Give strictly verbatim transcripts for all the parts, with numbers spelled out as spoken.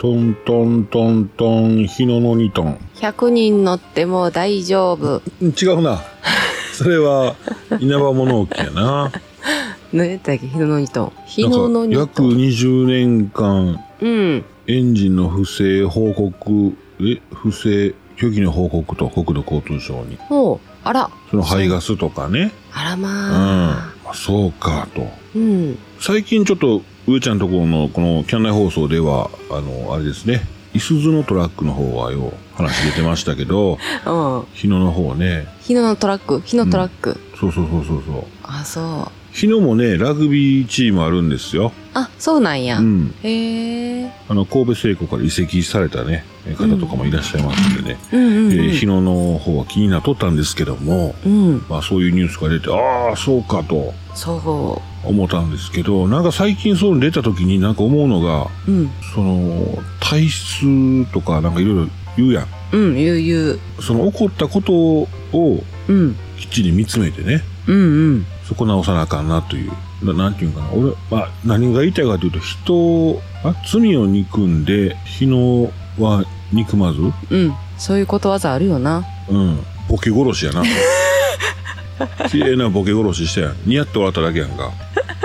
トントントントン、日野のにトン。 ひゃくにん乗っても大丈夫。 違うな。それは稲葉物置やな。 何やったっけ、日野のにトン。日野のにトン。 約にじゅうねんかん、 うん、 エンジンの不正報告、え、不正、虚偽の報告と国土交通省に。 ほう、あら。 その排ガスとかね。 あらまあ。うん。そうかと。 うん。 最近ちょっと、上ちゃんのところのこのキャンナイ放送では、あの、あれですね。いすゞのトラックの方はよ、話出てましたけど、 うん。 日野の方ね。 日野のトラック日野トラック、うん、 そうそうそうそうそう。 あ、そう。 日野もね、ラグビーチームあるんですよ。 あ、そうなんや。 うん。 へえ。 あの、神戸製鋼から移籍されたね、方とかもいらっしゃいますんでね。 うんうんうん、 えー、日野の方は気になっとったんですけども、 うん、 まあそういうニュースが出て、ああ、そうかと。 そう思ったんですけど、なんか最近そう出た時になんか思うのが、 うん、 その体質とかなんかいろいろ言うやん。 うん、言う言う。 その起こったことをきっちり見つめてね、 うんうん、 そこ直さなあかんなという。な, なんていうかな、俺、まあ何が言いたいかというと、人あ罪を憎んで日野は憎まず。 うん、そういうことわざあるよな。 うん、ボケ殺しやな。綺麗なボケ殺ししたやん。似合って笑っただけやんか。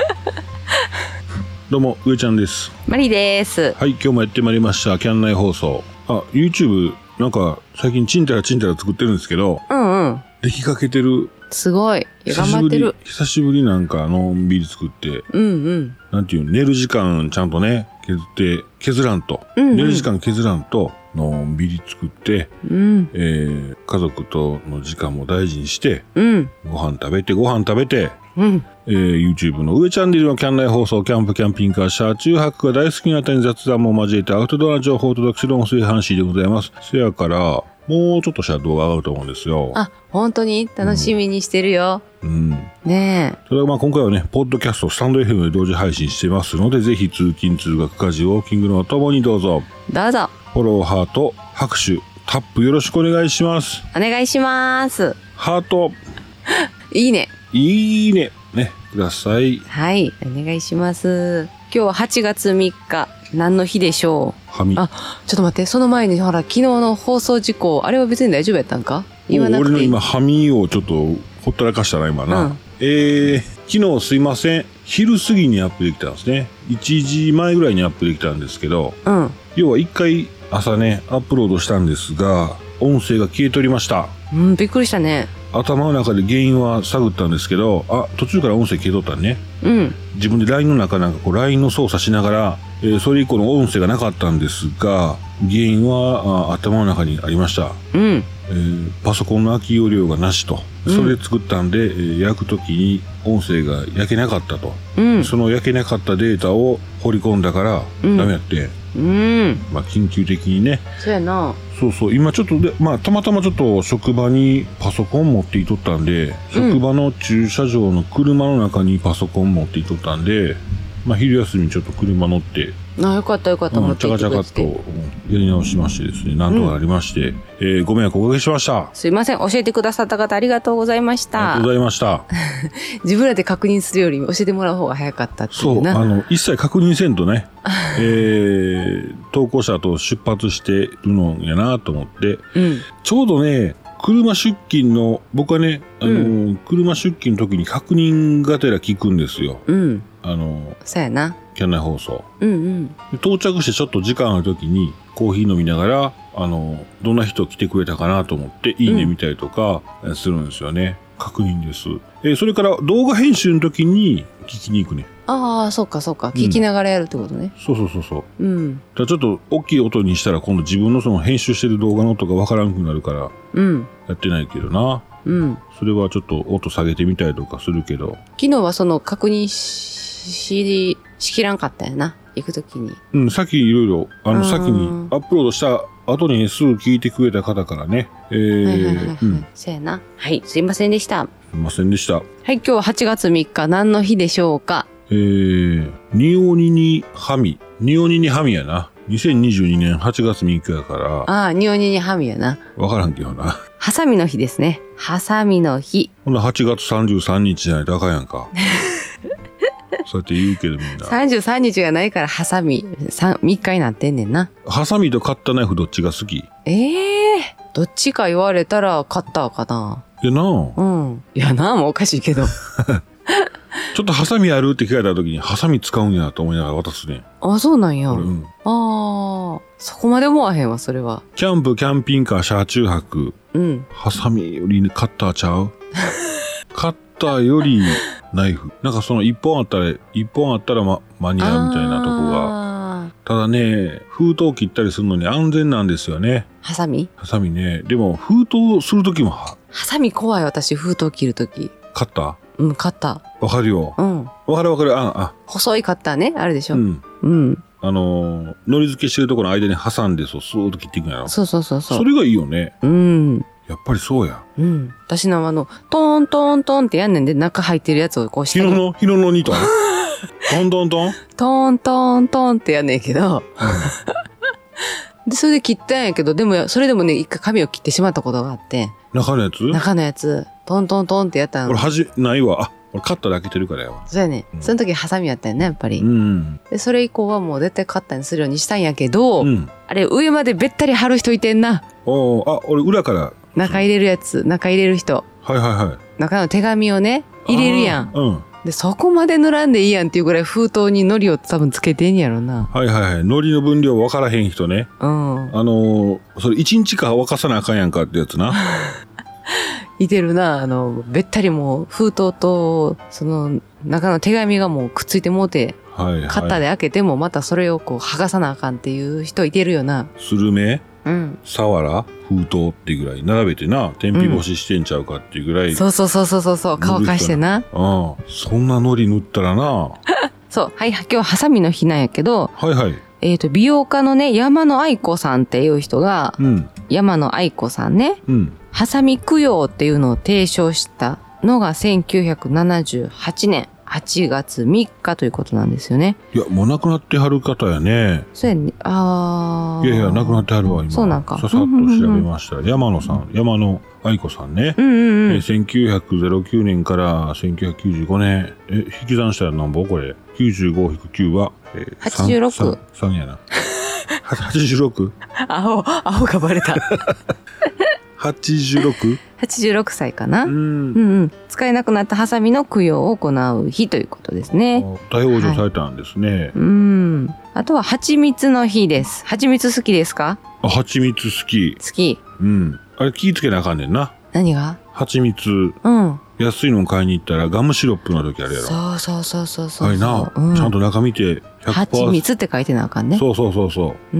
どうも上ちゃんです。 マリです。 はい、今日もやってまいりましたキャンナイ放送。あ、 YouTube なんか最近チンタラチンタラ作ってるんですけど、 うんうん、 出来かけてる。 すごい頑張ってる。 久しぶりなんかのんびり作って、 うんうん、 なんていう寝る時間ちゃんとね削って削らんと、うんうん、寝る時間削らんとのんびり作って、うん、えー、家族との時間も大事にして、うん、ご飯食べてご飯食べて、うん、えー、YouTube の上チャンネルのキャンナイ放送、キャンプキャンピングカー車中泊が大好きな方に雑談も交えてアウトドア情報をお届けする音声配信でございます。せやからもうちょっとしたら動画上がると思うんですよ。 あ、本当に楽しみにしてるよ。うん。ねえ。 それはまあ今回はね、ポッドキャスト、スタンド エフエム で同時配信してますので、ぜひ通勤通学家事ウォーキングのともにどうぞ。 どうぞ。 フォロー、ハート、拍手、タップよろしくお願いします。 お願いします。 ハート。 いいね。 いいね。ね、ください。 はい、お願いします。今日ははちがつみっか。何の日でしょう。 はみ。 あ、ちょっと待って、その前にほら、昨日の放送事故、あれは別に大丈夫やったんか？ 言わなくていい。俺の今、はみをちょっとほったらかしたな、今な。うん、えー、昨日すいません。昼過ぎにアップできたんですね。いちじまえぐらいにアップできたんですけど、うん、要は一回朝ね、アップロードしたんですが、音声が消えておりました。 うん、びっくりしたね。 頭の中で原因は探ったんですけど、あ、途中から音声消えとったね。うん。自分で ライン の中なんかこう ライン の操作しながら、えー、それ以降の音声がなかったんですが、原因はあ頭の中にありました。うん。えー、パソコンの空き容量がなしと。それで作ったんで、うん、えー、焼くときに音声が焼けなかったと。うん。その焼けなかったデータを掘り込んだから、うん、ダメやって。うん。まあ、緊急的にね。 そうやな。 そうそう。今ちょっとで、まあ、たまたまちょっと職場にパソコン持っていとったんで、職場の駐車場の車の中にパソコン持っていとったんで、まあ、昼休みにちょっと車乗って、 あ、よかったよかった、 うん、チャカチャカっとやり直しましてですね、なんとかなりまして、うん、えー、ご迷惑おかけしました。 すいません、教えてくださった方ありがとうございました。 ありがとうございました。 自分らで確認するより教えてもらう方が早かったっていうな。 そう、あの、一切確認せんとね、えー、投稿者と出発してるのやなと思って、うん、ちょうどね、車出勤の、僕はね、あの、うん、車出勤の時に確認がてら聞くんですよ。うん。あの、 そうやな。 キャンナイ放送。うんうん。到着してちょっと時間ある時にコーヒー飲みながら、あの、どんな人来てくれたかなと思って、いいね見たりとかするんですよね。うん、確認です。えー、それから動画編集の時に聞きに行くね。 ああ、そうかそうか。聞きながらやるってことね。 うん、そうそうそうそう。うん。だちょっと大きい音にしたら今度自分のその編集してる動画の音がわからんくなるから、うん。やってないけどな。うん。それはちょっと音下げてみたりとかするけど。 昨日はその確認し、しきらんかったよな。行くときに。 うん、さっきいろいろ、あの、先にアップロードした後にすぐ聞いてくれた方からね。えー、はいはいはい、はい。うん。 そうやな。はい、すいませんでした。 すいませんでした。はい、 今日ははちがつみっか、何の日でしょうか。 えー、ニオニニハミ。ニオニニハミやな。にせんにじゅうにねんはちがつみっかやから。 ああ、ニオニニハミやな。 わからんけどな。 ハサミの日ですね。ハサミの日。 ほんなはちがつさんじゅうさんにちじゃないとあかんやんか。 そうやって言うけどみんな。 さんじゅうさんにちがないからハサミみっかになってんねんな。 ハサミとカッターナイフどっちが好き？ ええー、どっちか言われたらカッターかな。 いやなぁ。うん。いやなぁもおかしいけど。 ちょっとハサミあるって聞かれた時にハサミ使うんやと思いながら渡すね。 あ、そうなんや。 うん、 ああ、そこまで思わへんわ、それは。 キャンプ、キャンピングカー、車中泊。 うん。 ハサミよりカッターちゃうカッターよりナイフ。なんかその一本あったら、一本あったら、ま、間に合うみたいなとこが。ただね、封筒切ったりするのに安全なんですよね。 ハサミ？ ハサミね。でも封筒するときもは、 ハサミ怖い、私、封筒切るとき。 カッター？ うん、カッター。わかるよ。 うん。 わかるわかる。あ、あ。細いカッターね、あるでしょ。 うん。 うん。 あのー、海苔付けしてるところの間に挟んで、そう、スーッと切っていくんやろ。 そうそうそうそう。 それがいいよね。 うん。 やっぱりそうや。 うん。私のあの、トントントンってやんねんで、中入ってるやつをこうして。 ヒノの、ヒノのにトントントントントントントンってやんねんけど。で、それで切ったんやけど、でも、それでもね、一回紙を切ってしまったことがあって。 中のやつ？ 中のやつ。トントントンってやったの。 俺、はじ、ないわ。あ、俺カッターで開けてるからやわ。 そうやね、うん。その時ハサミやったよね、やっぱり。 うん。 で、それ以降はもう絶対カッターにするようにしたんやけど、うん、あれ、上までべったり貼る人いてんな。 おー、あ、俺裏から。 中入れるやつ、中入れる人。 はいはいはい。 中の手紙をね、入れるやん。 うん。 で、そこまで塗らんでいいやんっていうぐらい封筒に糊を多分つけてんやろな。 はいはいはい。海苔の分量分からへん人ね。 うん。 あのー、それ一日か沸かさなあかんやんかってやつな。 いてるな。あの、べったりもう封筒と、その中の手紙がもうくっついてもうて、はいはい、カッターで開けてもまたそれをこう剥がさなあかんっていう人いてるよな。 スルメ？ うん。 サワラ？封筒っていうぐらい並べてな、天日干ししてんちゃうかっていうぐらい。うん、 そうそうそうそうそう、乾かしてな。 ああ、そんな海苔塗ったらな。 そう、はい、今日はハサミの日なんやけど、 はいはい。 えっと、美容家のね、山野愛子さんっていう人が、うん、山野愛子さんね、うん、ハサミ供養っていうのを提唱したのがせんきゅうひゃくななじゅうはちねんはちがつみっかということなんですよね。 いや、もう亡くなってはる方やね。 そうやね。ああ。いやいや、亡くなってはるわ、今。 そうなんか。 ささっと調べました。うんうんうん、山野さん、山野愛子さんね。 うんうんうん、 えせんきゅうひゃくきゅうねんからせんきゅうひゃくきゅうじゅうごねん。え、引き算したらなんぼこれ。きゅうじゅうごきゅうは、えー、 はちじゅうろく。 さんやな。はちじゅうろく? アホ、アホがバレた。 はちじゅうろく? はちじゅうろくさいかな。 うん。 うんうん。使えなくなったハサミの供養を行う日ということですね。 大往生されたんですね。はい、 うん。あとは蜂蜜の日です。蜂蜜好きですか？ あ、蜂蜜好き。 好き。 うん。あれ気ぃつけなあかんねんな。 何が？ 蜂蜜。 うん。 安いの買いに行ったらガムシロップの時あるやろ。 そうそうそうそうそう。 はいな、うん。ちゃんと中見て ひゃくパーセント。 蜂蜜って書いてなあかんね。 そうそうそうそう。 うん。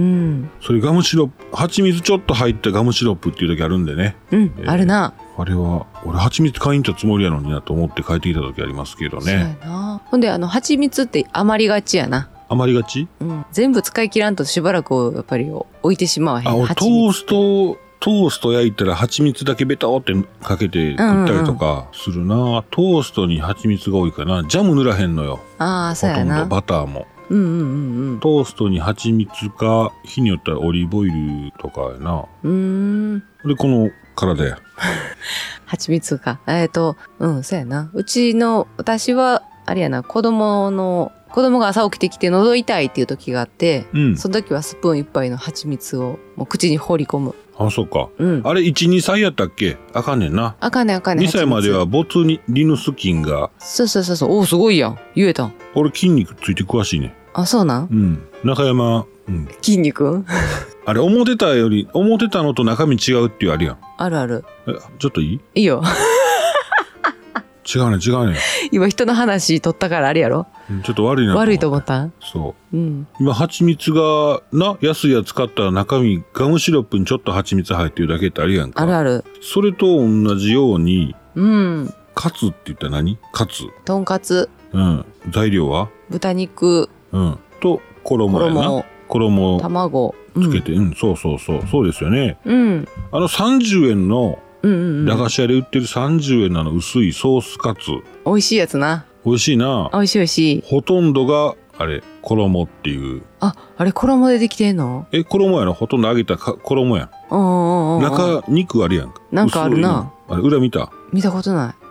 それガムシロップ、蜂蜜ちょっと入ったガムシロップっていう時あるんでね。 うん、えー、あるな。 あれは、俺蜂蜜買いに行ったつもりやのになと思って帰ってきた時ありますけどね。そうやな。ほんで、あの、蜂蜜って余りがちやな。 余りがち？ うん。全部使い切らんとしばらくやっぱり置いてしまわへん。 あ、俺トースト、トースト焼いたら蜂蜜だけベターってかけて食ったりとかするな、うんうんうん、トーストに蜂蜜が多いかな。ジャム塗らへんのよ。 ああ、そうやな。 ほとんどバターも。 うんうんうんうん。 トーストに蜂蜜か、日によったらオリーブオイルとかやな。 うーん。 で、この体や。 蜂蜜か。えっと、うん、そうやな。うちの、私は、あれやな、子供の、子供が朝起きてきて喉痛いっていう時があって、うん、その時はスプーン一杯の蜂蜜をもう口に放り込む。 あ、そっか。 うん。 あれ、いち、にさいやったっけ？あかんねんな。 あかんねんあかんねん。 にさいまではボツリヌス菌が。 そうそうそうそう。おー、すごいやん。言えたん。 俺筋肉ついて詳しいね。 あ、そうなん？ うん。中山、うん。 筋肉あれ、思ってたより、思ってたのと中身違うっていうあるやん。 あるある。 え、ちょっといい？ いいよ。 違うね、違うね。 今人の話取ったからあれやろ？ ちょっと悪いなと思った。 悪いと思った？ そう。 うん。 今、蜂蜜が、な、安いやつ買ったら中身、ガムシロップにちょっと蜂蜜入ってるだけってあるやんか。 あるある。 それと同じように、 うん。 カツって言ったら何？カツ。 とんかつ。 うん。材料は？ 豚肉。 うん。と、衣やな。衣。衣。 卵。 つけて、うん、うん、そうそうそう。そうですよね。 うん。 あのさんじゅうえんの、 うんうんうん、 駄菓子屋で売ってるさんじゅうえんのあの薄いソースカツ。 美味しいやつな。 美味しいな。 美味しい美味しい。 ほとんどが、あれ、衣っていう。 あ、あれ衣でできてんの？ え、衣やろ？ほとんど揚げたか衣やん。 うんうんうん。 中、肉あるやんか。 なんかあるな。 あれ、裏見た？ 見たことない。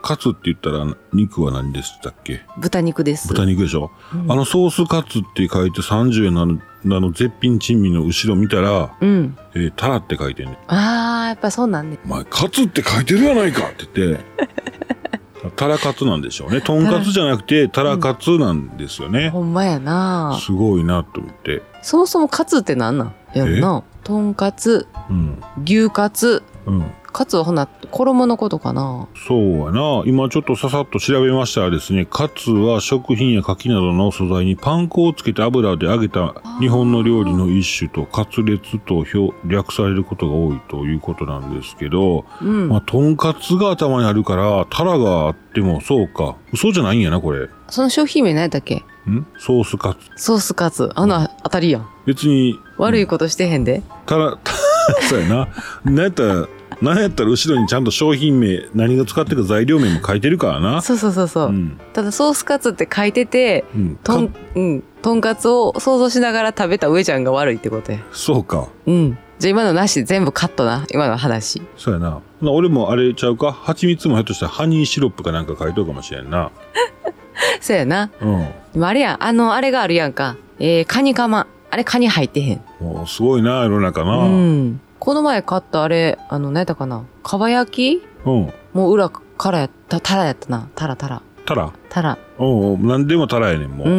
カツって言ったら肉は何でしたっけ？ 豚肉です。 豚肉でしょ、うん、あのソースカツって書いてさんじゅうえんのあの、あの絶品珍味の後ろ見たら、うん、えー、タラって書いてんね。 あー、やっぱそうなんね。 お前カツって書いてるやないかって言ってタラカツなんでしょうね。とんかつじゃなくてタラカツなんですよね、うん、 ほんまやな。 すごいなと思って。 そもそもカツってなんなんやろな。とんかつ、うん、牛カツ、うん、カツはほな衣のことかな。 そうやな。今ちょっとささっと調べましたらですね、カツは食品や牡蠣などの素材にパン粉をつけて油で揚げた日本の料理の一種とカツレツと表略されることが多いということなんですけど、うん、まあとんかつが頭にあるからタラがあってもそうか、嘘じゃないんやなこれ。 その商品名何やったっけ？ んソースカツ。 ソースカツ。あの、うん、当たりやん。 別に悪いことしてへんで。 たらそうやな。なんやったらなんやったら後ろにちゃんと商品名、何が使ってるか材料名も書いてるからな。 そうそうそうそう、うん、ただソースカツって書いてて、うん、とん、うん、とんかつを想像しながら食べた上ちゃんが悪いってことや。 そうか。 うん。じゃあ今のなし全部カットな。今の話。 そうやな。俺もあれちゃうか、蜂蜜もひょっとしたらハニーシロップかなんか書いとるかもしれんな。 そうやな。うん。でもあれやん、あの、あれがあるやんか。えー、カニカマ。あれカニ入ってへん。 もうすごいな、世の中な。 うん。この前買ったあれ、あの、何やったかな、かば焼き、うん、もう裏からやった、タラやったな。タラタラ。 タラタラ。 おう、なんでもタラやねん、もう。うん。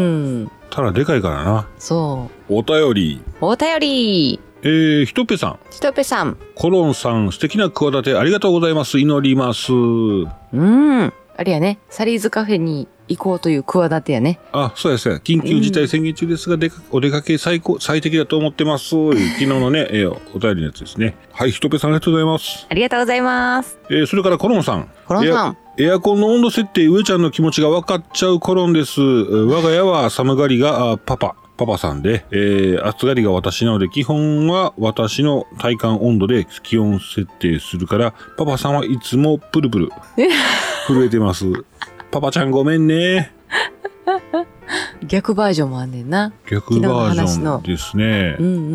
タラでかいからな。 そう。 お便り。 お便り。 えー、ひとぺさん。 ひとぺさん。 コロンさん、素敵な企てありがとうございます。祈ります。 うん。あれやね、サリーズカフェに行こうという企てやね。 あ、そうですね。緊急事態宣言中ですが、でかお出かけ最高、最適だと思ってます。昨日のね、えー、お便りのやつですね。はい、ひとぺさんありがとうございます。 ありがとうございます。 えー、それからコロンさん。 コロンさん。 エアコンの温度設定、上ちゃんの気持ちが分かっちゃうコロンです。我が家は寒がりがパパ。パパさんで、えー、暑がりが私なので、基本は私の体感温度で気温設定するから、パパさんはいつもプルプル震えてます。パパちゃんごめんね。 逆バージョンもあんねんな。 逆バージョンですね。うんうんうん。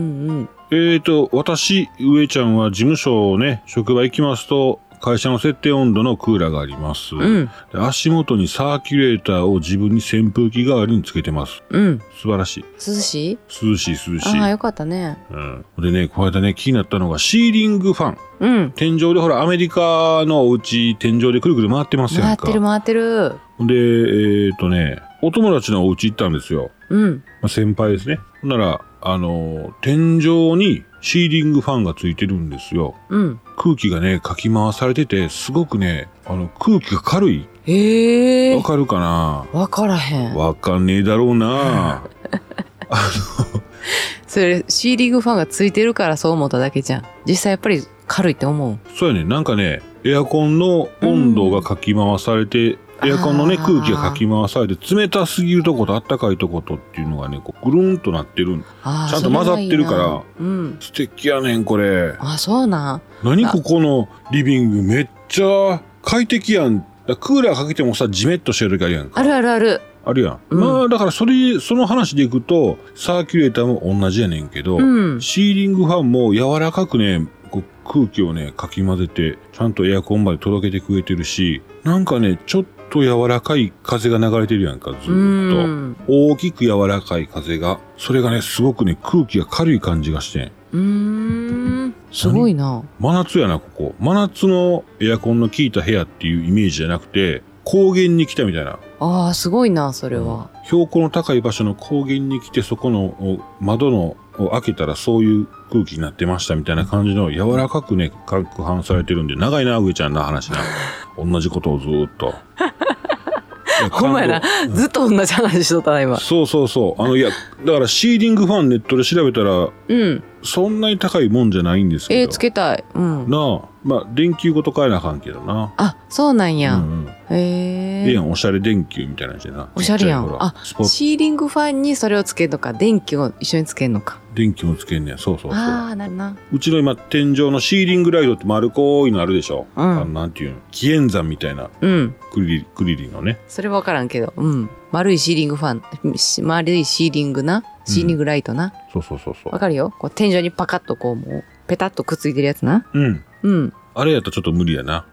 えーと、私、上ちゃんは事務所をね、職場行きますと、会社の設定温度のクーラーがあります、うん、足元にサーキュレーターを自分に扇風機代わりにつけてます、うん、素晴らしい。 涼しい涼しい涼しい。 ああ、よかったね。 うん。でね、この間ね、気になったのがシーリングファン、うん、天井でほらアメリカのお家天井でくるくる回ってますやんか。 回ってる回ってる。 で、えーとね、お友達のお家行ったんですよ。うん。まあ、先輩ですね。ほんなら、あのー、天井にシーリングファンがついてるんですよ。うん。空気がね、かき回されてて、すごくね、あの、空気が軽い。 へえ。 わかるかな？ わからへん。 わかんねえだろうな。 あの、それ、シーリングファンがついてるからそう思っただけじゃん。実際やっぱり軽いって思う。 そうやね。なんかね、エアコンの温度がかき回されて、エアコンのね、空気がかき回されて、冷たすぎるとこと暖かいとことっていうのがね、こうぐるんとなってる。ちゃんと混ざってるから、うん、素敵やねん、これ。 あ、そうなん。 何ここのリビングめっちゃ快適やん。だクーラーかけてもさ、ジメッとしてる時あるやんか。 あるあるある。 あるやん。うん、まあ、だからそれ、その話でいくと、サーキュレーターも同じやねんけど、うん、シーリングファンも柔らかくね、こう空気をね、かき混ぜて、ちゃんとエアコンまで届けてくれてるし、なんかね、ちょっと柔らかい風が流れてるやんか、ずーっと。大きく柔らかい風が。それがね、すごくね、空気が軽い感じがしてん。 うーん。すごいな。 真夏やな、ここ。真夏のエアコンの効いた部屋っていうイメージじゃなくて、高原に来たみたいな。 ああ、すごいな、それは。 標高の高い場所の高原に来て、そこの窓のを開けたらそういう空気になってましたみたいな感じの柔らかくね、攪拌されてるんで、長いな、上ちゃんの話な。同じことをずーっと。 ほんまやな、うん。ずっと同じ話しとったな、今。 そうそうそう。あの、いや、だからシーリングファンネットで調べたら、うん。そんなに高いもんじゃないんですけど。 えー、つけたい。うん。 なあ。まあ、電球ごと変えなあかんけどな。 あ、そうなんや。うんうん、へえ。 ええやん、おしゃれ電球みたいなやつやな。 おしゃれやん。あ、シーリングファンにそれをつけるのか、電気を一緒につけるのか。 電気もつけんねや。そうそうそう。 ああ、なるな。 うちの今、天井のシーリングライトって丸こいのあるでしょ。うん。あの、なんていうの、紀元山みたいな。うん。クリリ、クリリのね。 それわからんけど。うん。丸いシーリングファン。丸いシーリングな。シーリングライトな。 うん、そうそうそうそう。 わかるよ。こう天井にパカッとこう、もう、ペタッとくっついてるやつな。うん。うん。 あれやったらちょっと無理やな。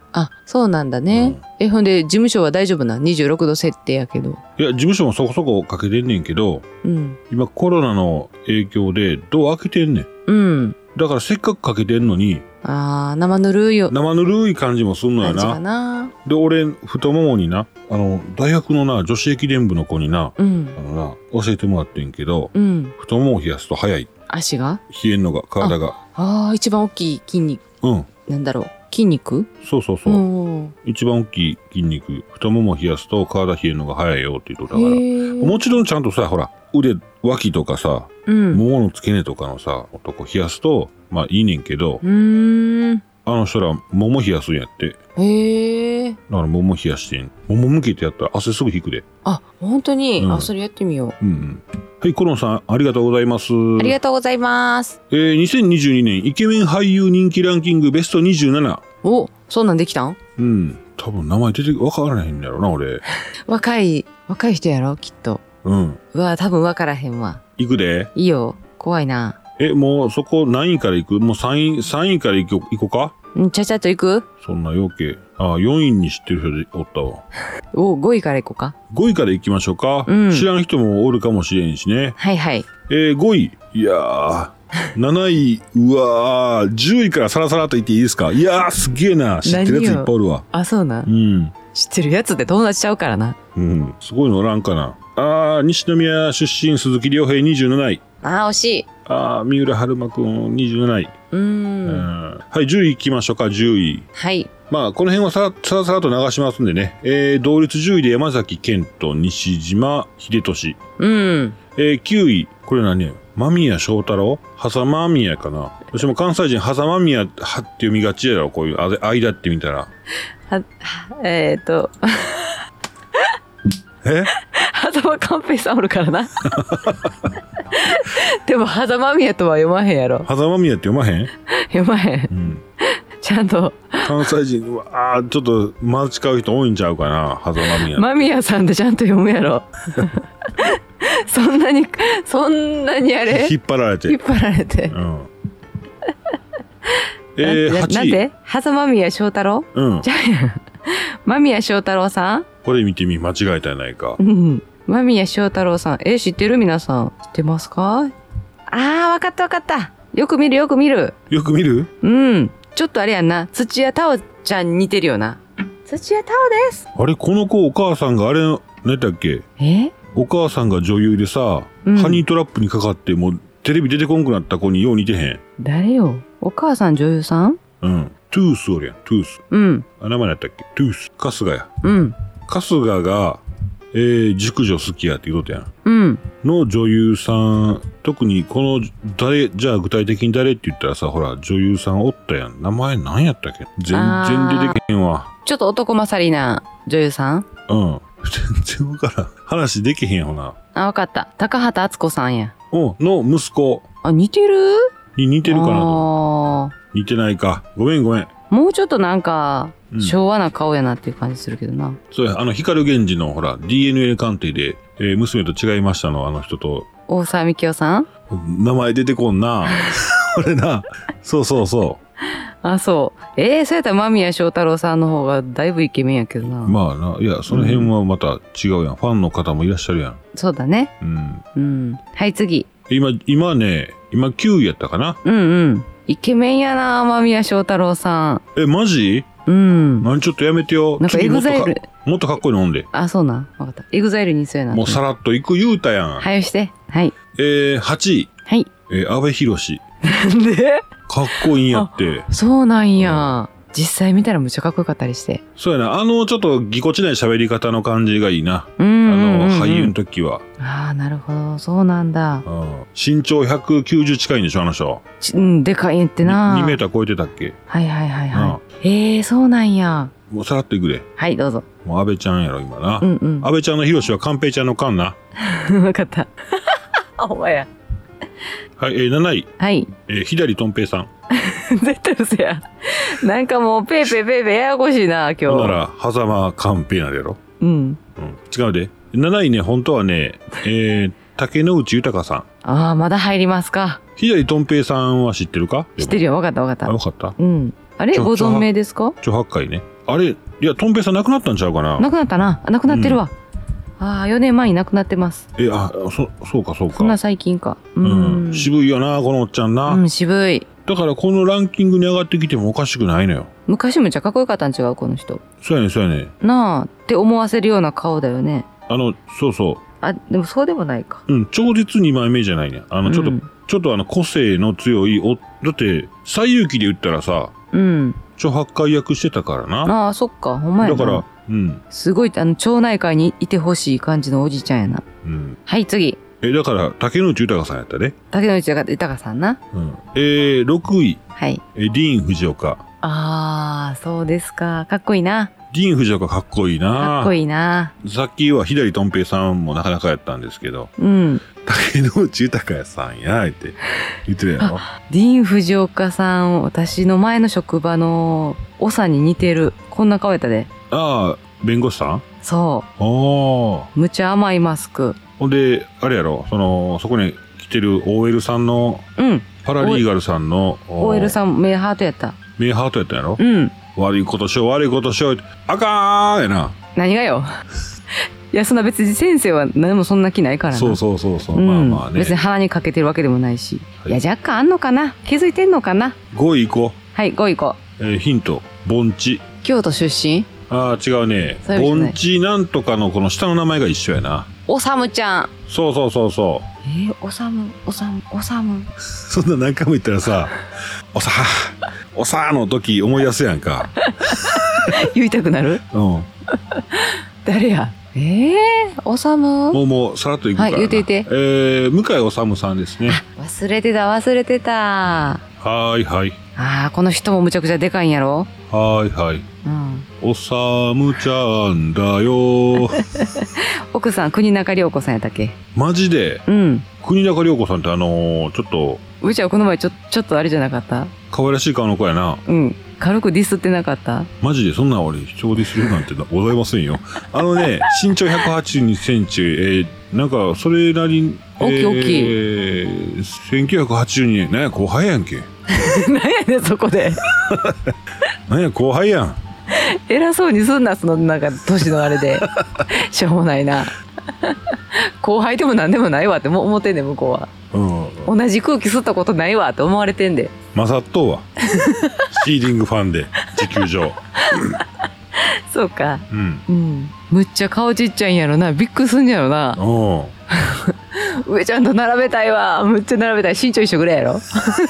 あ、そうなんだね。うん、え、ほんで、事務所は大丈夫な ?にじゅうろくど設定やけど。 いや、事務所もそこそこかけてんねんけど、うん、今コロナの影響でドア開けてんねん。うん。だからせっかくかけてんのに、 あー、生ぬるいよ。 生ぬるい感じもすんのよな。なで、俺、太ももにな、あの、大学のな、女子駅伝部の子にな、うん、あのな、教えてもらってんけど、うん、太ももを冷やすと早い。 足が冷えんのが、体が。 ああ、一番大きい筋肉。うん。なんだろう。筋肉？ そうそうそう。一番大きい筋肉。太ももを冷やすと体冷えるのが早いよって言うとだから。もちろんちゃんとさ、ほら、腕、脇とかさ、うん、ももの付け根とかのさ、とこ冷やすと、まあいいねんけど、うーん、あの人ら、もも冷やすんやって。へえ。だからもも冷やしてん。もも向けてやったら汗すぐ引くで。 あ、本当に、うん、あ、それやってみよう。うんうん。 はい、コロンさん、ありがとうございます。 ありがとうございます。 えー、にせんにじゅうにねんイケメン俳優人気ランキングベストにじゅうなな。 お、そんなんできたん？ うん。多分名前出て、わからへんやろな、俺。 若い、若い人やろ、きっと。うん。うわ、多分わからへんわ。 行くで。 いいよ。怖いな。 え、もうそこ何位から行く？もうさんい、さんいから行こ、行こうか？ うん、ちゃちゃっと行く？ そんな要件。ああ、よんいに知ってる人でおったわ。 お、ごいから行こうか。 ごいから行きましょうか。うん、知らん人もおるかもしれんしね。 はいはい。 えー、ごい。いやー。なない、うわー。じゅういからサラサラと言っていいですか？いやー、すげえな。知ってるやついっぱいおるわ。 あ、そうな。うん。知ってるやつで友達ちゃうからな。 うん。すごいのおらんかな。あー、西宮出身鈴木亮平にじゅうなない。 あー、惜しい。 あー、三浦春馬くんにじゅうなない。うーん。はい、じゅうい行きましょうか、じゅうい。はい。まあ、この辺はさらさらさらと流しますんでね。えー、同率じゅういで山崎賢人、西島秀俊。うん。えー、きゅうい、これ何？間宮祥太郎？狭間宮かな。私も関西人、狭間宮はって読みがちやろ、こういう、間って見たら。は、 えーと。 え？ 狭間寛平さんおるからな。でも、狭間宮とは読まへんやろ。 狭間宮って読まへん？ 読まへん。うん。ちゃんと。 関西人は、ああ、ちょっと、間違う人多いんちゃうかな、狭間宮。 間宮さんでちゃんと読むやろ。そんなに、そんなにあれ引っ張られて。 引っ張られて。うん。 えー、はちい。 なんで狭間宮祥太郎？うん。じゃあ、間宮祥太郎さん？ これ見てみ、間違えたやないか。 うん。間宮祥太郎さん。え、知ってる？皆さん。知ってますか？あー、わかったわかった。よく見るよく見る。 よく見る？ うん。ちょっとあれやんな。土屋太鳳ちゃんに似てるよな。土屋太鳳です。 あれ、この子お母さんがあれ、何だっけ？え？お母さんが女優でさ、うん、ハニートラップにかかってもうテレビ出てこんくなった子によう似てへん。 誰よ？お母さん女優さん？ うん。トゥースおるやん、トゥース。うん。あ、名前何だったっけ？トゥース。春日や。うん。春日が、えー、熟女好きやって言うとったやん。うん。の女優さん、特にこの、誰、じゃあ具体的に誰って言ったらさ、ほら、女優さんおったやん。名前何やったっけ？全然出てけんわ。 ちょっと男勝りな女優さん？ うん。全然わからん。話できへんよな。 あ、わかった。高畑敦子さんや。 おの息子。 あ、似てる？ に似てるかなと。似てないか。ごめんごめん。 もうちょっとなんか、昭和な顔やなっていう感じするけどな。うん、 そうや、あの、光源氏のほら、ディーエヌエー 鑑定で、えー、娘と違いましたの、あの人と。 大沢みきおさん？ 名前出てこんな。俺な。そうそうそう。 あ、そう。ええー、そうやったら間宮祥太郎さんの方がだいぶイケメンやけどな。 まあな。いや、その辺はまた違うやん。うん、ファンの方もいらっしゃるやん。 そうだね。うん。うん。はい、次。 今、今ね、今きゅういやったかな？ うんうん。イケメンやな、間宮祥太郎さん。 え、マジ？うん。何ちょっとやめてよ。 なんかエグザイル。 もっとかっこいいの飲んで。 あ、そうな。わかった。エグザイルにそうやな。 もうさらっと行く言うたやん。 はよして。はい。 えー、はちい。はい。えー、阿部寛。 なんで？ かっこいいんやって。 そうなんや。実際見たらむっちゃかっこよかったりして。 そうやな。あの、ちょっとぎこちない喋り方の感じがいいな。うんうんうんうん。あの、俳優の時は。 ああ、なるほど。そうなんだ。 うん。身長ひゃくきゅうじゅう近いんでしょ、あの人。 うん、でかいってな。 にメーター超えてたっけ？ はいはいはいはい。へえ、そうなんや。 もうさらっといくで。 はい、どうぞ。 もう安倍ちゃんやろ、今な。うんうん。安倍ちゃんのひろしは寛平ちゃんのかんな。 わかった。あ、ほんまや。 はい、えー、なない。はい。えー、左とん平さん。 絶対嘘や。なんかもう、ペーペーペーペーややこしいな、今日。 ほんなら、狭間寛平なんやろ。うん。うん。違うで。なないね、本当はね、えー、竹野内豊さん。 ああ、まだ入りますか。 左とん平さんは知ってるか？ 知ってるよ、わかったわかった。 あ、わかった。 うん。あれご存命ですか？ 著白会ね。 あれ、いや、とん平さん亡くなったんちゃうかな。 亡くなったな。亡くなってるわ。うん、ああ、よねんまえに亡くなってます。 え、あ、そ、そうか、そうか。 そんな最近か。 うん。うん、渋いよな、このおっちゃんな。 うん、渋い。 だからこのランキングに上がってきてもおかしくないのよ。 昔むっちゃかっこよかったん違う、この人。 そうやね、そうやね。 なあ、って思わせるような顔だよね。 あの、そうそう。 あ、でもそうでもないか。 うん、超絶にまいめじゃないね。あの、ちょっと、うん、ちょっとあの、個性の強い、お、だって、西遊記で言ったらさ、 うん。 超八回役してたからな。 ああ、そっか、ほんまやな。 だから、うん。 すごい、あの、町内会にいてほしい感じのおじちゃんやな。 うん。 はい、次。 え、だから、竹野内豊さんやったね。 竹野内豊さんな。 うん。えー、ろくい。 はい。 え、ディーン・フジオカ。 あー、そうですか。かっこいいな。 ディーン・フジオカかっこいいな。 かっこいいな。 さっきは左とん平さんもなかなかやったんですけど。 うん。 竹野内豊さんや、って言ってるやろ。 ディーン・フジオカさん、私の前の職場の長に似てる。こんな顔やったで。 ああ、弁護士さん？ そう。 おー。 むちゃ甘いマスク。 ほんで、あれやろ、その、そこに来てる オーエル さんの、 うん。 パラリーガルさんの、 オーエル さん、メイハートやった。 メイハートやったやろ？ うん。 悪いことしよう、悪いことしよう。あかーんやな。 何がよ。いや、そんな別に先生は何もそんな気ないからな。 そうそうそうそう、 うん、 まあまあね。 別に鼻にかけてるわけでもないし。はい、いや、若干あんのかな？気づいてんのかな？ ごい行こう。はい、ごい行こう。えー、ヒント、盆地。 京都出身？ ああ、違うね。盆地なんとかのこの下の名前が一緒やな。 おさむちゃん。 そうそうそうそう。 えー、おさむ、おさむ、おさむ。 そんな何回も言ったらさ、おさ、おさの時思い出すやんか。 言いたくなる？ うん。 誰や？ええー、おさむ？ もうもうさらっといくからな。 はい、言って言って。 えー、向井おさむさんですね。 忘れてた、忘れてた。 はーいはい。 ああ、この人もむちゃくちゃでかいんやろ？ はーいはい。うん。おさむちゃんだよ。 奥さん、国中涼子さんやったっけ？ マジで？ うん。 国中涼子さんってあのー、ちょっと。 うちはこの前ちょ、ちょっとあれじゃなかった？ 可愛らしい顔の子やな。 うん。軽くディスってなかった？マジでそんな俺、主張ディスるなんてございませんよ。あのね、身長ひゃくはちじゅうにセンチ、えー、なんか、それなりに、 大きい大きい。 えー、せんきゅうひゃくはちじゅうにねん、なんや、後輩やんけ。 なんやねん、そこで。 なんや、後輩やん。 偉そうにすんな、その、なんか、年のあれで。しょうもないな。後輩でもなんでもないわって思ってんねん、向こうは。うん、同じ空気吸ったことないわって思われてんで。 まさっとうわ。シーリングファンで、地球上。 そうか。 うん。 うん。むっちゃ顔ちっちゃいんやろな。びっくりすんやろな。 おう。上ちゃんと並べたいわ。むっちゃ並べたい。身長一緒ぐらいやろ。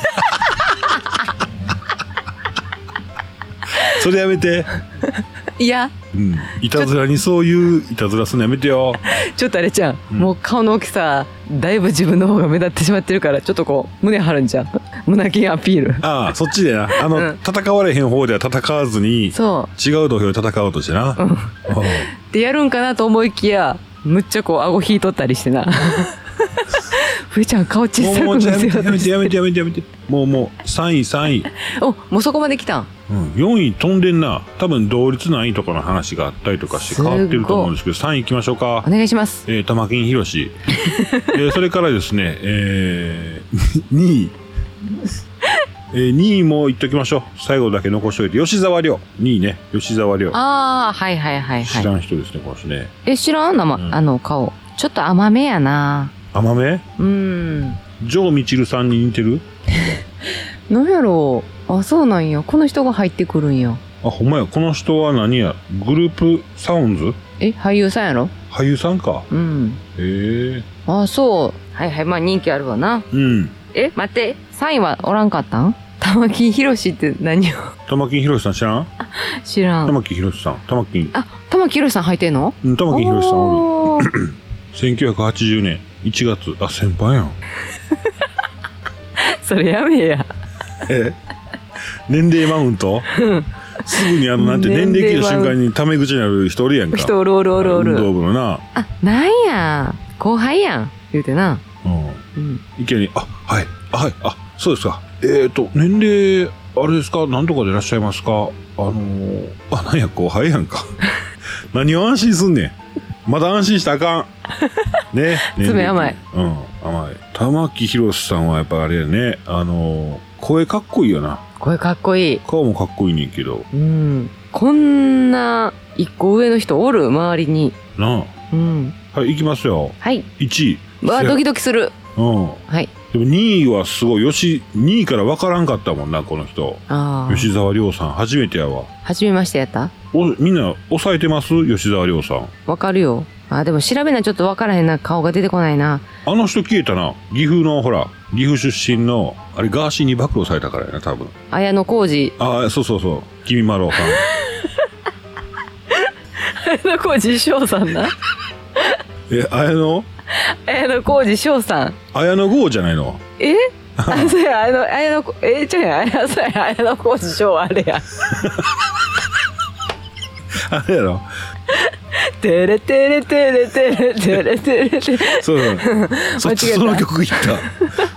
それやめて。 いや。 うん。いたずらにそういういたずらするのやめてよ。 ちょっとあれちゃん、うん、もう顔の大きさ、だいぶ自分の方が目立ってしまってるから、ちょっとこう、胸張るんじゃん。胸筋アピール。 ああ、そっちでな。あの、うん、戦われへん方では戦わずに、 そう。 違う土俵で戦おうとしてな。うん。 でやるんかなと思いきや、むっちゃこう、顎引いとったりしてな。ふえちゃん顔小さく見せようとして。 やめてやめてやめてやめて。もうもう、さんいさんい。 お、もうそこまで来たん。 うん、よんい飛んでんな。多分同率何位とかの話があったりとかして変わってると思うんですけど、さんい行きましょうか。 お願いします。 えー、玉金ひろし。えー、それからですね、えー、にい。えー、にいも言っときましょう。最後だけ残しておいて。吉沢亮。にいね。吉沢亮。 ああ、はいはいはいはい。 知らん人ですね、この人ね。 え、知らんの、ま、うん、あの顔。ちょっと甘めやな。 甘め？ うん。 城みちるさんに似てる？ なんやろう。あ、そうなんや。この人が入ってくるんや。 あ、ほんまや。この人は何や？グループサウンズ？ え、俳優さんやろ？ 俳優さんか。 うん。 へえ。 あ、そう。はいはい。まあ人気あるわな。 うん。 え、待って。さんいはおらんかったん？玉木宏って何を？ 玉木宏さん知らん？ 知らん。 玉木宏さん。玉木。 あ、玉木宏さん入ってんの？ うん、玉木宏さんおる。せんきゅうひゃくはちじゅうねんいちがつ。あ、先輩やん。 それやめや。 え？年齢マウント？すぐにあの、なんて、年齢期の瞬間にタメ口になる人おるやんか。 人おるおるおるおる。 運動部のな。 あ、なんや。後輩やん。言うてな。 うん。うん。いきなり、あ、はい。あ、はい。あ、そうですか。えーと、年齢、あれですか？何とかでいらっしゃいますか？あのー、あ、なんや、後輩やんか。何を安心すんねん。まだ安心したらあかん。ね。 爪甘い。 うん、甘い。玉木宏さんはやっぱあれやね。あのー、声かっこいいよな。 声かっこいい。 顔もかっこいいねんけど。 うん。 こんな一個上の人おる周りに。 なあ。 うん。 はい、いきますよ。 はい。 いちい。 うわ、ドキドキする。 うん。 はい。 でもにいはすごい、よし、にいから分からんかったもんな、この人。ああ。吉沢亮さん、初めてやわ。 初めましてやったお、みんな、抑えてます吉沢亮さん。 わかるよ。あ、でも調べなちょっと分からへんな。顔が出てこないな。 あの人消えたな。岐阜の、ほら、岐阜出身の、あれ、ガーシーに暴露されたからやな、多分。 綾野浩二。 ああ、そうそうそう。君まろさん。 綾野浩二翔さんな。 え、綾野綾野浩二翔さん。 綾野剛じゃないの？ え？あ、そうや、綾野、綾野、え、ちゃうやん、そうや、綾野浩二翔あれや。 あれやろ。 テレテレテレテレテレテレテレ。 そうそう。そ, その曲いった。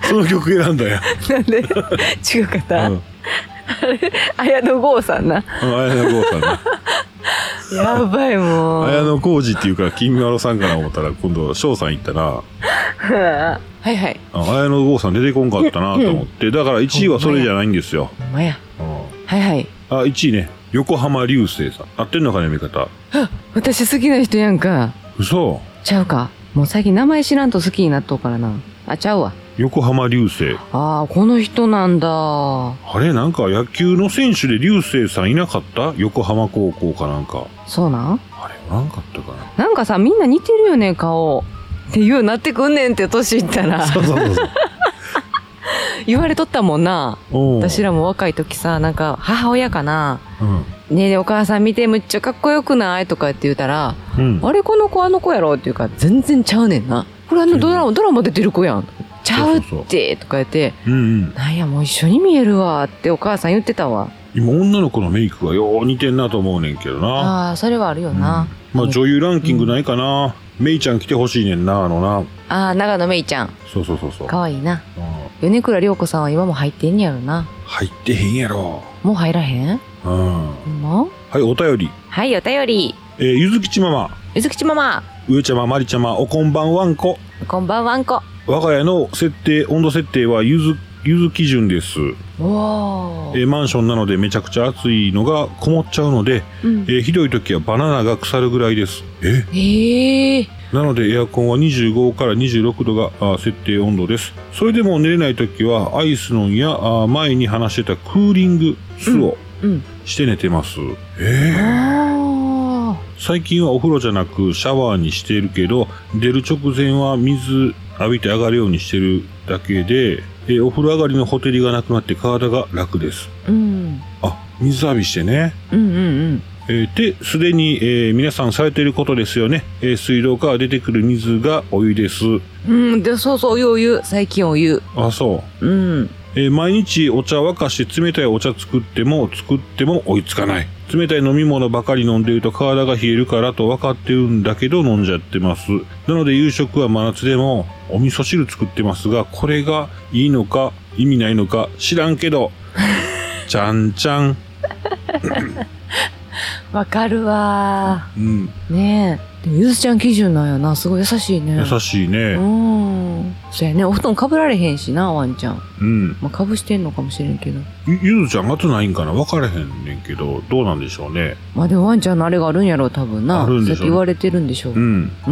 その曲選んだや。 なんで違うかった。うん、綾野剛さんな。 うん、綾野剛さんな。 やばいもう。 綾野浩二っていうから金丸さんかな思ったら今度翔さん行ったな。 はいはい。 綾野剛さん出てこんかったなと思って、うん、だからいちいはそれじゃないんですよ。 ほんまや。うん、はいはい。 あ、いちいね。横浜流星さん。合ってんのかね見方。 あ、私好きな人やんか。 嘘。 ちゃうか。もう最近名前知らんと好きになっとうからな。あ、ちゃうわ。 横浜流星。 ああ、この人なんだ。 あれ、なんか野球の選手で流星さんいなかった？横浜高校かなんか。 そうなん？ あれ、なんかったかな。 なんかさ、みんな似てるよね、顔。っていうようになってくんねんって年いったら。そうそうそうそう。言われとったもんな。私らも若い時さ、なんか母親かな。うん、ねえねえお母さん見てむっちゃかっこよくないとかって言ったら、うん、あれこの子あの子やろっていうか全然ちゃうねんな。これあのドラマ、ドラマ出てる子やん。ちゃうってとか言って、うんうん、なんやもう一緒に見えるわってお母さん言ってたわ。 今女の子のメイクがよう似てんなと思うねんけどな。 ああ、それはあるよな。 うん、まあ女優ランキングないかな。メイちゃん来てほしいねんな、あのな。 ああ、長野メイちゃん。 そうそうそうそう。 かわいいな。米倉涼子さんは今も入ってんやろな。 入ってへんやろ。 もう入らへん？うん。もう？ はい、お便り。 はい、お便り。 えー、ゆずきちママ。 ゆずきちママ。 上ちゃま、まりちゃま、おこんばんわんこ。 おこんばんわんこ。 我が家の設定、温度設定はゆず、ゆず基準です。 おえー、マンションなのでめちゃくちゃ暑いのがこもっちゃうので、うん、えー、ひどい時はバナナが腐るぐらいです。ええー、 なのでエアコンはにじゅうごからにじゅうろくどが設定温度です。それでも寝れない時はアイスノンやあ前に話してたクーリングスをして寝てます。うんうん、えー、最近はお風呂じゃなくシャワーにしているけど、出る直前は水浴びて上がるようにしてるだけで、えー、お風呂上がりのほてりがなくなって体が楽です。うん、あ、水浴びしてね。 うんうんうん。 えー、で、すでに、えー、皆さんされていることですよね。えー、水道から出てくる水がお湯です。 うん、で、そうそう、お湯お湯。最近お湯。 あ、そう。 うん。 えー、毎日お茶沸かして冷たいお茶作っても作っても追いつかない。冷たい飲み物ばかり飲んでいると体が冷えるからと分かってるんだけど飲んじゃってます。なので夕食は真夏でもお味噌汁作ってますが、これがいいのか意味ないのか知らんけど、ちゃんちゃん。 わかるわー。 うん。 ねえ。でもゆずちゃん基準なんやな。すごい優しいね。 優しいね。 うん。そうやね。お布団かぶられへんしな、ワンちゃん。 うん。 まあ、かぶしてんのかもしれんけど。 ゆ、ゆずちゃん暑ないんかな分からへんねんけど、どうなんでしょうね。 まあでもワンちゃんのあれがあるんやろ、多分な。 あるんでしょうね。 そうやって言われてるんでしょう。 うん。 うん。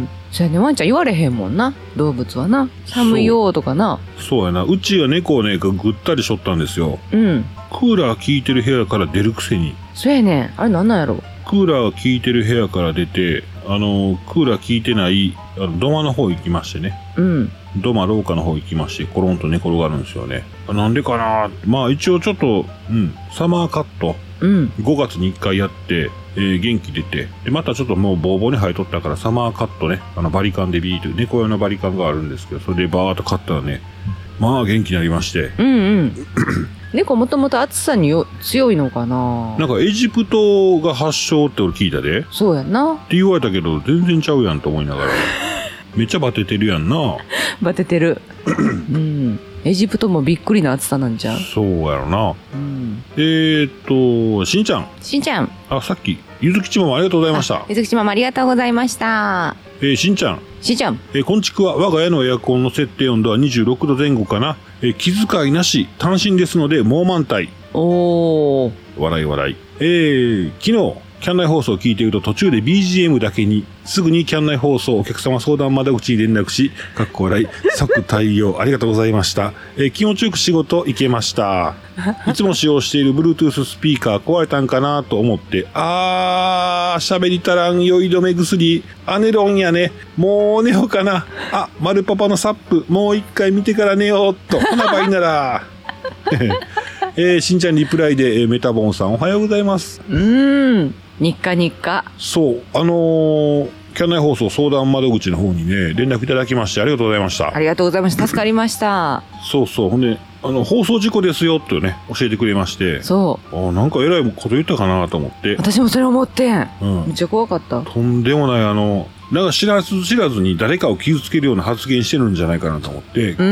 そうやね。ワンちゃん言われへんもんな。動物はな。寒いよとかな。 そう。そうやな。うちは猫をね、ぐったりしょったんですよ。 うん。 クーラー効いてる部屋から出るくせに。 そうやねん。あれなんなんやろ。 クーラーが効いてる部屋から出て、あの、クーラー効いてないあの土間の方行きましてね。 うん。 土間廊下の方行きまして、コロンと寝転がるんですよね。なんでかな。まあ一応ちょっと、うん、サマーカット。 うん。 ごがつにいっかいやって、えー、元気出て、で、またちょっともうボーボーに生えとったからサマーカットね、あのバリカンでビール、猫用のバリカンがあるんですけど、それでバーっと買ったらね、まあ元気になりまして。 うんうん。猫もともと暑さによ強いのかな。 なんかエジプトが発祥って俺聞いたで。 そうやな。 って言われたけど全然ちゃうやんと思いながら。めっちゃバテてるやんな。 バテてる。うん。エジプトもびっくりな暑さなんじゃう。 そうやろな。 うん。 えーっと、しんちゃん。 しんちゃん。 あ、さっき、ゆずきちママありがとうございました。 ゆずきちママありがとうございました。 えー、しんちゃん。 しんちゃん。 えー、こんちくは我が家のエアコンの設定温度はにじゅうろくどぜん後かな。えー、気遣いなし、単身ですので、もう満体。 おー。 笑い笑い。えー、昨日、キャン内放送を聞いていると途中で ビージーエム だけにすぐにキャン内放送お客様相談窓口に連絡し、かっこ笑い、即対応ありがとうございました。えー、気持ちよく仕事行けました。いつも使用している Bluetooth スピーカー壊れたんかなと思って、あー、喋りたらん酔い止め薬、アネロンやね。もう寝ようかな。あ、丸パパのサップ、もう一回見てから寝ようっと。ほなばいなら。えー、しんちゃんリプライで、えー、メタボンさんおはようございます。 うーん。日課日課。 そう、あのー、キャン内放送相談窓口の方にね、連絡いただきましてありがとうございました。 ありがとうございました。助かりました。 そうそう。ほんで、あの、放送事故ですよってね、教えてくれまして。 そう。 あ、なんか偉いこと言ったかなと思って。 私もそれ思ってん。 うん。 めっちゃ怖かった。 とんでもない、あの、なんか知らず知らずに誰かを傷つけるような発言してるんじゃないかなと思って。 うん。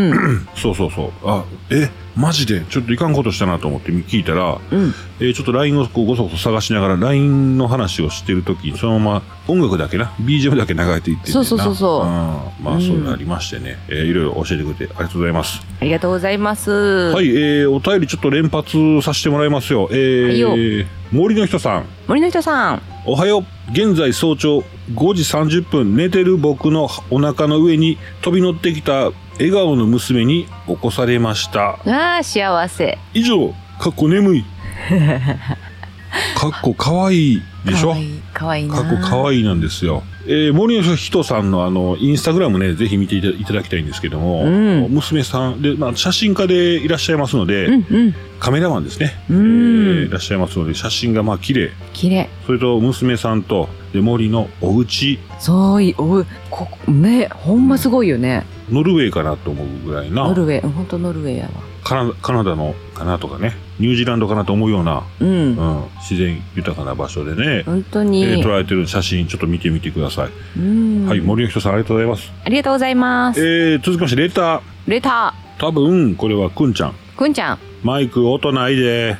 そうそうそう。あ、え、マジでちょっといかんことしたなと思って聞いたら、 うん、 えー、ちょっと ライン をこうごそごそ探しながら ライン の話をしてるときにそのまま音楽だけな ビージーエム だけ流れていってるんだな。 そうそうそうそう、うん、 まあそういうのありましてね、うん、えー、いろいろ教えてくれてありがとうございます。 ありがとうございます。 はい、えー、お便りちょっと連発させてもらいますよ。えー、はい、森の人さん。 森の人さん。 おはよう。現在早朝ごじさんじゅっぷん、寝てる僕のお腹の上に飛び乗ってきた笑顔の娘に起こされました。 ああ、幸せ。 以上、かっこ眠い。かっこかわいいでしょ。 かわいいな。 かっこかわいいなんですよ。えー、森の人さんのあの、インスタグラムね、ぜひ見ていただきたいんですけども、うん、娘さんで、まあ、写真家でいらっしゃいますので、うんうん、カメラマンですね。うん、えー、いらっしゃいますので、写真がまあ綺麗。 綺麗。 それと娘さんと、で、森のお家。 そうい、お、ここ、ね、ほんますごいよね。 ノルウェーかなと思うぐらいな。 ノルウェー、ほんとノルウェーやわ。 カナ、カナダのかなとかね、ニュージーランドかなと思うような、うん、うん、自然豊かな場所でね、 本当に、 えー、撮られてる写真ちょっと見てみてください。うん、はい、森の人さんありがとうございます。 ありがとうございます。 えー、続きましてレター。 レター。多分これはくんちゃん。 くんちゃん。 マイク音ないで。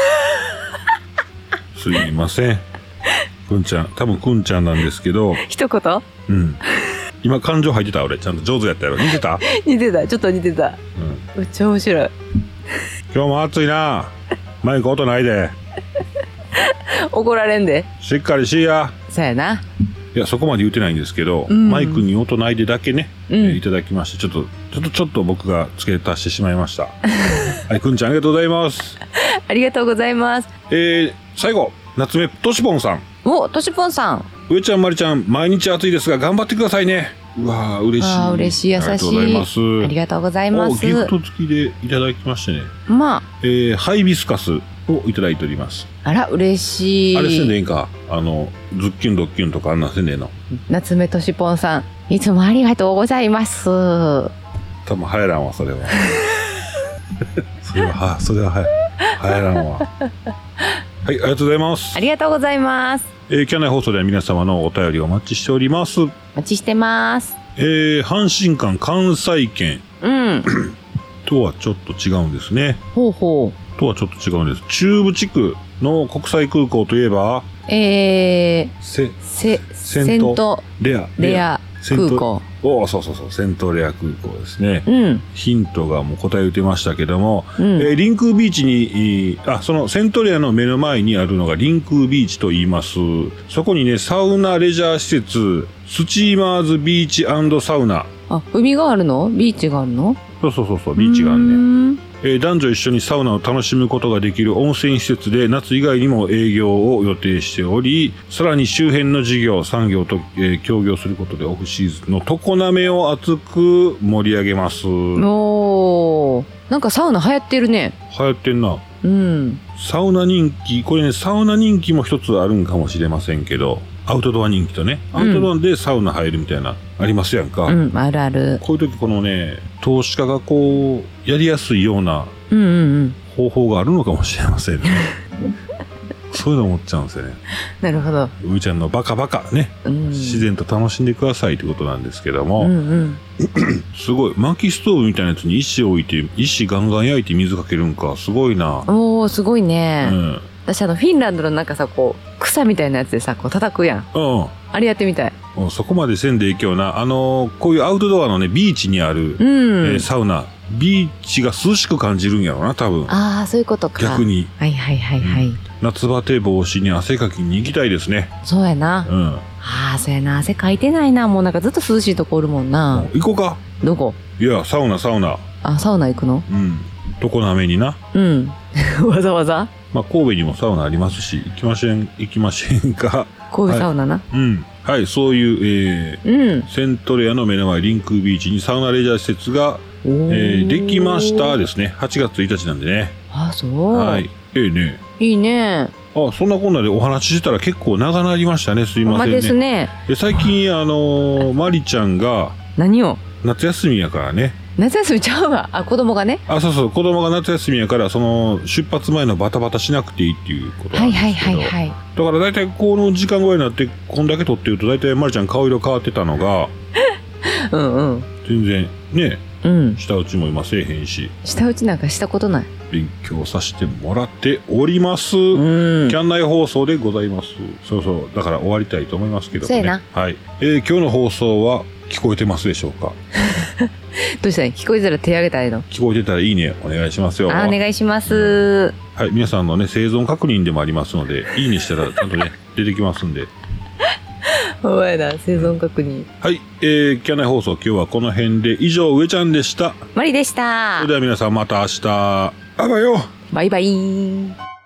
すいません。くんちゃん、多分くんちゃんなんですけど。 一言。 うん。今感情入ってた俺ちゃんと上手やったやろ。似てた似てたちょっと似てた、うん、めっちゃ面白い。 今日も暑いな。マイク音ないで。 怒られんで。 しっかりしや。 そうやな。 いやそこまで言ってないんですけど、うん、マイクに音ないでだけね、うん、えー、いただきましてちょっとちょっとちょっと僕が付け足してしまいました。はい、くんちゃんありがとうございます。 ありがとうございます。 えー、最後夏目としぽんさん。 お、としぽんさん。 上ちゃんまりちゃん毎日暑いですが頑張ってくださいね。うわー嬉しい。 あー嬉しい優しい。ありがとうございます。ありがとうございます。 ギフト付きでいただきましてね。 まあ、 えー、ハイビスカスをいただいております。 あら嬉しい。 あれせんでええんか。あのズッキュンドッキュンとかあんなせんでええの。 夏目としぽんさんいつもありがとうございます。多分流行らんわそれは。それははそれはは流行らんわ。はい、ありがとうございます。 ありがとうございます。 えー、キャン内放送では皆様のお便りをお待ちしております。 お待ちしてます。 えー、阪神間関西圏、うん、とはちょっと違うんですね。 ほうほう。とはちょっと違うんです。中部地区の国際空港といえば、 えー、 せ、 せ、セントレア、 レア空港。 おそうそうそう、セントレア空港ですね。うん、ヒントがもう答え言ってましたけども、うん、えー、リンクービーチに、あ、そのセントレアの目の前にあるのがリンクービーチと言います。そこにね、サウナレジャー施設、スチーマーズビーチ&サウナ。 あ、海があるの？ビーチがあるの？ そうそうそうそう、ビーチがあるね。えー、男女一緒にサウナを楽しむことができる温泉施設で夏以外にも営業を予定しており、さらに周辺の事業、産業と、えー、協業することでオフシーズンの常滑を熱く盛り上げます。 おー、なんかサウナ流行ってるね。 流行ってんな。 うん。 サウナ人気、これね、サウナ人気も一つあるんかもしれませんけど、アウトドア人気とね、アウトドアでサウナ入るみたいな、ありますやんか。 うん、あるある。 こういう時このね、投資家がこう、やりやすいような方法があるのかもしれませんね。そういうの思っちゃうんですよね。 なるほど。 ういちゃんのバカバカね、うん、自然と楽しんでくださいってことなんですけども、うんうん、すごい、薪ストーブみたいなやつに石を置いて、石ガンガン焼いて水かけるんか、すごいな。 おー、すごいね。うん、私あのフィンランドのなんかさ、こう草みたいなやつでさ、こう叩くやん。うん。あれやってみたい。 そこまでせんでいいけどな。あのー、こういうアウトドアのね、ビーチにある、うん、えー、サウナ、ビーチが涼しく感じるんやろうな、多分。 ああ、そういうことか。 逆に。 はいはいはいはい。うん、 夏バテ防止に汗かきに行きたいですね。 そうやな。 うん。 ああ、そうやな。汗かいてないな。もうなんかずっと涼しいとこおるもんな。 行こうか。 どこ？ いや、サウナ、サウナ。 あ、サウナ行くの？ うん。常滑にな。 うん。わざわざ？ まあ、神戸にもサウナありますし、行きません、行きませんか。 神戸サウナな。 はい、うん。はい、そういう、えー、うん、セントレアの目の前、リンクビーチにサウナレジャー施設が、えー、できましたですね。はちがつついたちなんでね。 あ、そう。 はい。ええー、ね。 いいね。 あ、そんなこんなでお話ししてたら結構長なりましたね。すいませんね。ほんまですね。 で最近、あのー、マリちゃんが、 何を？ 夏休みやからね。 夏休みちゃうわ。あ、子供がね。 あ、そうそう。子供が夏休みやから、その、出発前のバタバタしなくていいっていうことなんですけど。はいはいはいはい。だから大体この時間ぐらいになって、こんだけ撮ってると、大体マリちゃん顔色変わってたのが、 うんうん。 全然、ね、 うん。 舌打ちも今せえへんし。 舌打ちなんかしたことない。 勉強させてもらっております。うん。キャン内放送でございます。そうそう。だから終わりたいと思いますけどもね。そうやな。はい。えー、今日の放送は聞こえてますでしょうか？ どうしたら聞こえたら手挙げたいの？ 聞こえてたらいいねお願いしますよ。 あ、お願いします。 はい、皆さんのね生存確認でもありますので、いいねしたらちゃんとね出てきますんで。 お前だ、生存確認。 はい、えー、キャン内放送今日はこの辺で以上、上ちゃんでした。 マリでした。 それでは皆さんまた明日。バイバイよ。 バイバイ。